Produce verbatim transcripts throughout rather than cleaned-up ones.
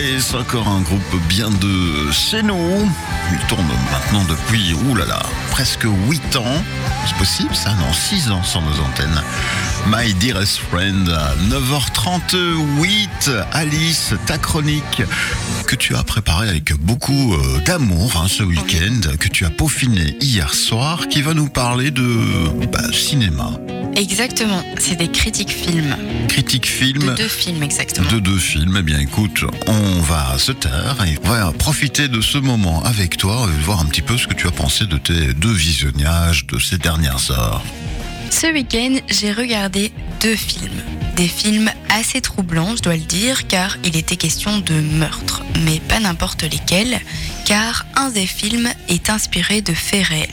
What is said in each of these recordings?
Trace, encore un groupe bien de chez nous. Il tourne maintenant depuis, oulala, presque huit ans. C'est possible ça? Non, six ans sur nos antennes. My Dearest Friend, à neuf heures trente-huit. Alice, ta chronique que tu as préparée avec beaucoup euh, d'amour hein, ce week-end, que tu as peaufiné hier soir, qui va nous parler de bah, cinéma. Exactement, c'est des critiques films. Critiques films. De deux films, exactement. De deux films. Eh bien, écoute, on va se taire et on va profiter de ce moment avec toi et voir un petit peu ce que tu as pensé de tes deux visionnages de ces dernières heures. Ce week-end, j'ai regardé deux films. Des films assez troublants, je dois le dire, car il était question de meurtre. Mais pas n'importe lesquels, car un des films est inspiré de faits réels.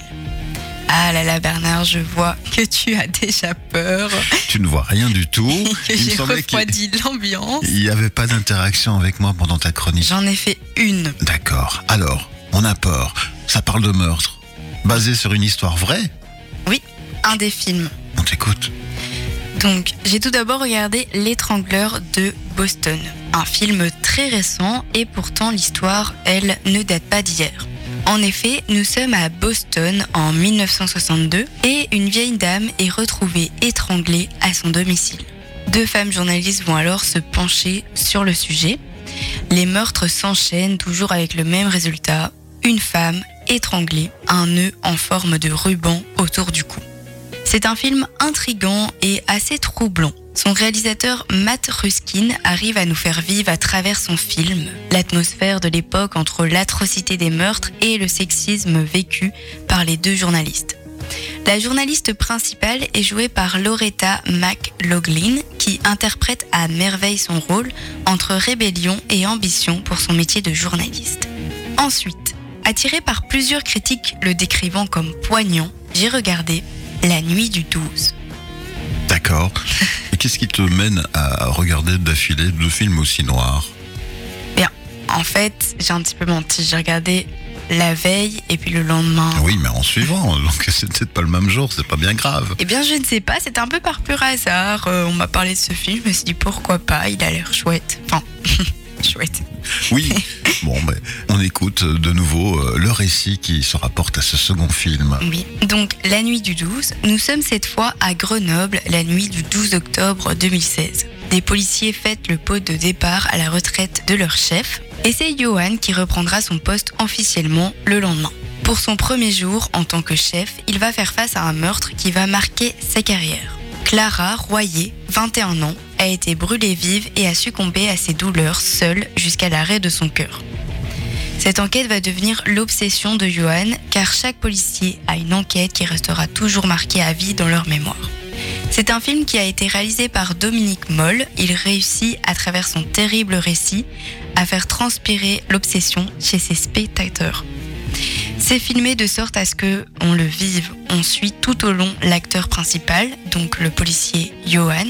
Ah là là Bernard, je vois que tu as déjà peur. Tu ne vois rien du tout. que Il j'ai refroidi qu'il... l'ambiance. Il n'y avait pas d'interaction avec moi pendant ta chronique. J'en ai fait une. D'accord. Alors, on a peur. Ça parle de meurtre. Basé sur une histoire vraie? Oui, un des films. On t'écoute. Donc, j'ai tout d'abord regardé L'étrangleur de Boston. Un film très récent et pourtant l'histoire, elle, ne date pas d'hier. En effet, nous sommes à Boston en dix-neuf cent soixante-deux et une vieille dame est retrouvée étranglée à son domicile. Deux femmes journalistes vont alors se pencher sur le sujet. Les meurtres s'enchaînent toujours avec le même résultat, une femme étranglée, un nœud en forme de ruban autour du cou. C'est un film intriguant et assez troublant. Son réalisateur Matt Ruskin arrive à nous faire vivre à travers son film l'atmosphère de l'époque entre l'atrocité des meurtres et le sexisme vécu par les deux journalistes. La journaliste principale est jouée par Loretta McLaughlin qui interprète à merveille son rôle entre rébellion et ambition pour son métier de journaliste. Ensuite, attiré par plusieurs critiques le décrivant comme poignant, j'ai regardé La nuit du douze. D'accord. Et qu'est-ce qui te mène à regarder d'affilée deux films aussi noirs? Bien, en fait, j'ai un petit peu menti. J'ai regardé la veille et puis le lendemain. Oui, mais en suivant, donc c'est peut-être pas le même jour, c'est pas bien grave. Eh bien, je ne sais pas, c'était un peu par pur hasard. Euh, on m'a parlé de ce film, je me suis dit pourquoi pas, il a l'air chouette. Enfin, chouette. Oui, bon, ben, on écoute de nouveau euh, le récit qui se rapporte à ce second film. Oui, donc la nuit du douze, nous sommes cette fois à Grenoble, la nuit du douze octobre deux mille seize. Des policiers fêtent le pot de départ à la retraite de leur chef, et c'est Johan qui reprendra son poste officiellement le lendemain. Pour son premier jour en tant que chef, il va faire face à un meurtre qui va marquer sa carrière. Clara Royer, vingt et un ans, a été brûlée vive et a succombé à ses douleurs seule jusqu'à l'arrêt de son cœur. Cette enquête va devenir l'obsession de Johan car chaque policier a une enquête qui restera toujours marquée à vie dans leur mémoire. C'est un film qui a été réalisé par Dominique Moll. Il réussit à travers son terrible récit à faire transpirer l'obsession chez ses spectateurs. C'est filmé de sorte à ce que on le vive. On suit tout au long l'acteur principal, donc le policier Johan,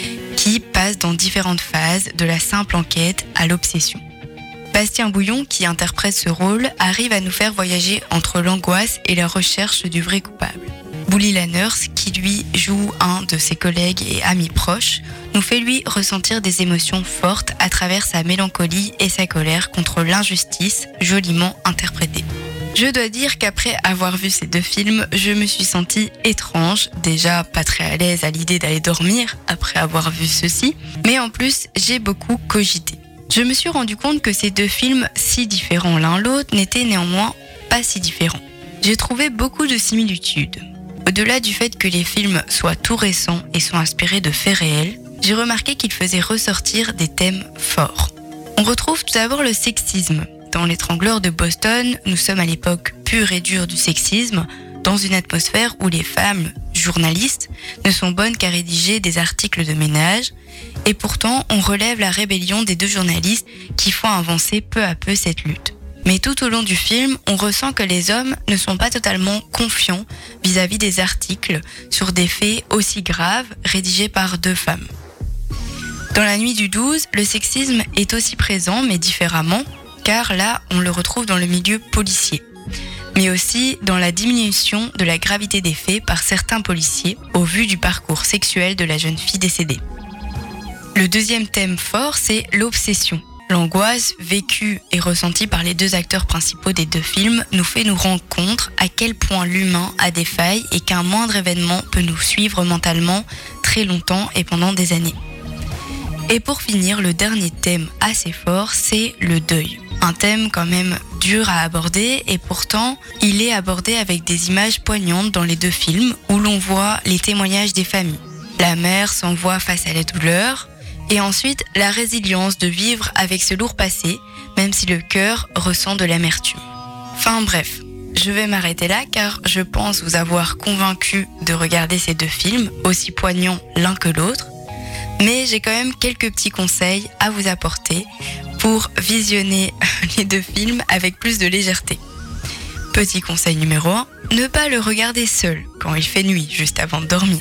qui passe dans différentes phases de la simple enquête à l'obsession. Bastien Bouillon, qui interprète ce rôle, arrive à nous faire voyager entre l'angoisse et la recherche du vrai coupable. Bouli Lanners, qui lui joue un de ses collègues et amis proches, nous fait lui ressentir des émotions fortes à travers sa mélancolie et sa colère contre l'injustice, joliment interprétée. Je dois dire qu'après avoir vu ces deux films, je me suis sentie étrange, déjà pas très à l'aise à l'idée d'aller dormir après avoir vu ceci, mais en plus j'ai beaucoup cogité. Je me suis rendu compte que ces deux films, si différents l'un l'autre, n'étaient néanmoins pas si différents. J'ai trouvé beaucoup de similitudes. Au-delà du fait que les films soient tout récents et sont inspirés de faits réels, j'ai remarqué qu'ils faisaient ressortir des thèmes forts. On retrouve tout d'abord le sexisme. Dans L'étrangleur de Boston, nous sommes à l'époque pure et dure du sexisme, dans une atmosphère où les femmes, journalistes, ne sont bonnes qu'à rédiger des articles de ménage, et pourtant on relève la rébellion des deux journalistes qui font avancer peu à peu cette lutte. Mais tout au long du film, on ressent que les hommes ne sont pas totalement confiants vis-à-vis des articles sur des faits aussi graves rédigés par deux femmes. Dans La nuit du douze, le sexisme est aussi présent mais différemment, car là, on le retrouve dans le milieu policier, mais aussi dans la diminution de la gravité des faits par certains policiers au vu du parcours sexuel de la jeune fille décédée. Le deuxième thème fort, c'est l'obsession. L'angoisse vécue et ressentie par les deux acteurs principaux des deux films nous fait nous rendre compte à quel point l'humain a des failles et qu'un moindre événement peut nous suivre mentalement très longtemps et pendant des années. Et pour finir, le dernier thème assez fort, c'est le deuil. Un thème quand même dur à aborder et pourtant, il est abordé avec des images poignantes dans les deux films où l'on voit les témoignages des familles. La mère s'envoie face à la douleur et ensuite la résilience de vivre avec ce lourd passé, même si le cœur ressent de l'amertume. Enfin bref, je vais m'arrêter là car je pense vous avoir convaincu de regarder ces deux films, aussi poignants l'un que l'autre. Mais j'ai quand même quelques petits conseils à vous apporter pour visionner les deux films avec plus de légèreté. Petit conseil numéro un, ne pas le regarder seul quand il fait nuit, juste avant de dormir.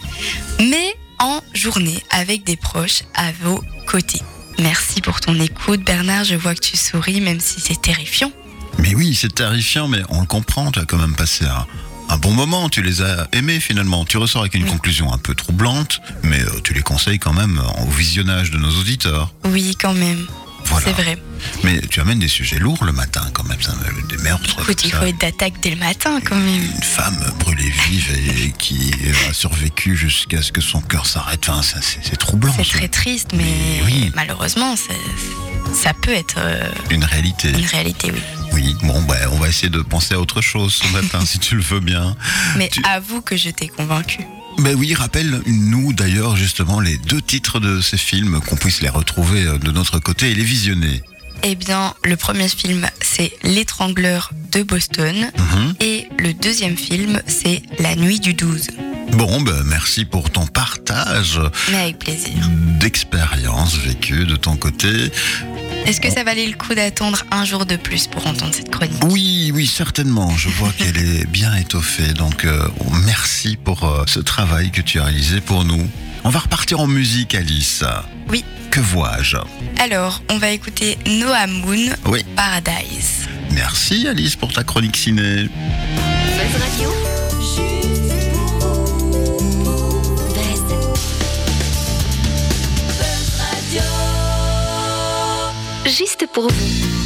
Mais en journée avec des proches à vos côtés. Merci pour ton écoute Bernard, je vois que tu souris même si c'est terrifiant. Mais oui, c'est terrifiant, mais on le comprend, tu as quand même passé un... Un bon moment, tu les as aimés finalement. Tu ressors avec une oui. conclusion un peu troublante, mais euh, tu les conseilles quand même au visionnage de nos auditeurs. Oui, quand même. Voilà. C'est vrai. Mais tu amènes des sujets lourds le matin quand même, ça, des meurtres. Écoute, il faut être d'attaque dès le matin quand même. Une femme brûlée vive et qui a survécu jusqu'à ce que son cœur s'arrête. Enfin, ça, c'est, c'est troublant. C'est ça. Très triste, mais, mais oui. malheureusement, ça, ça peut être euh, une réalité. Une réalité, oui. Oui, bon, bah, on va essayer de penser à autre chose ce matin, si tu le veux bien. Mais tu... avoue que je t'ai convaincu. Ben oui, rappelle-nous d'ailleurs justement les deux titres de ces films, qu'on puisse les retrouver de notre côté et les visionner. Eh bien, le premier film, c'est L'étrangleur de Boston. Mm-hmm. Et le deuxième film, c'est La nuit du douze. Bon, ben merci pour ton partage. Mais avec plaisir. D'expériences vécues de ton côté. Est-ce que ça valait le coup d'attendre un jour de plus pour entendre cette chronique ? Oui, oui, certainement. Je vois qu'elle est bien étoffée. Donc, euh, merci pour euh, ce travail que tu as réalisé pour nous. On va repartir en musique, Alice. Oui. Que vois-je ? Alors, on va écouter Noah Moon, oui. Paradise. Merci, Alice, pour ta chronique ciné. Buzz Radio. Juste pour vous. Buzz. Buzz Radio. Juste pour vous.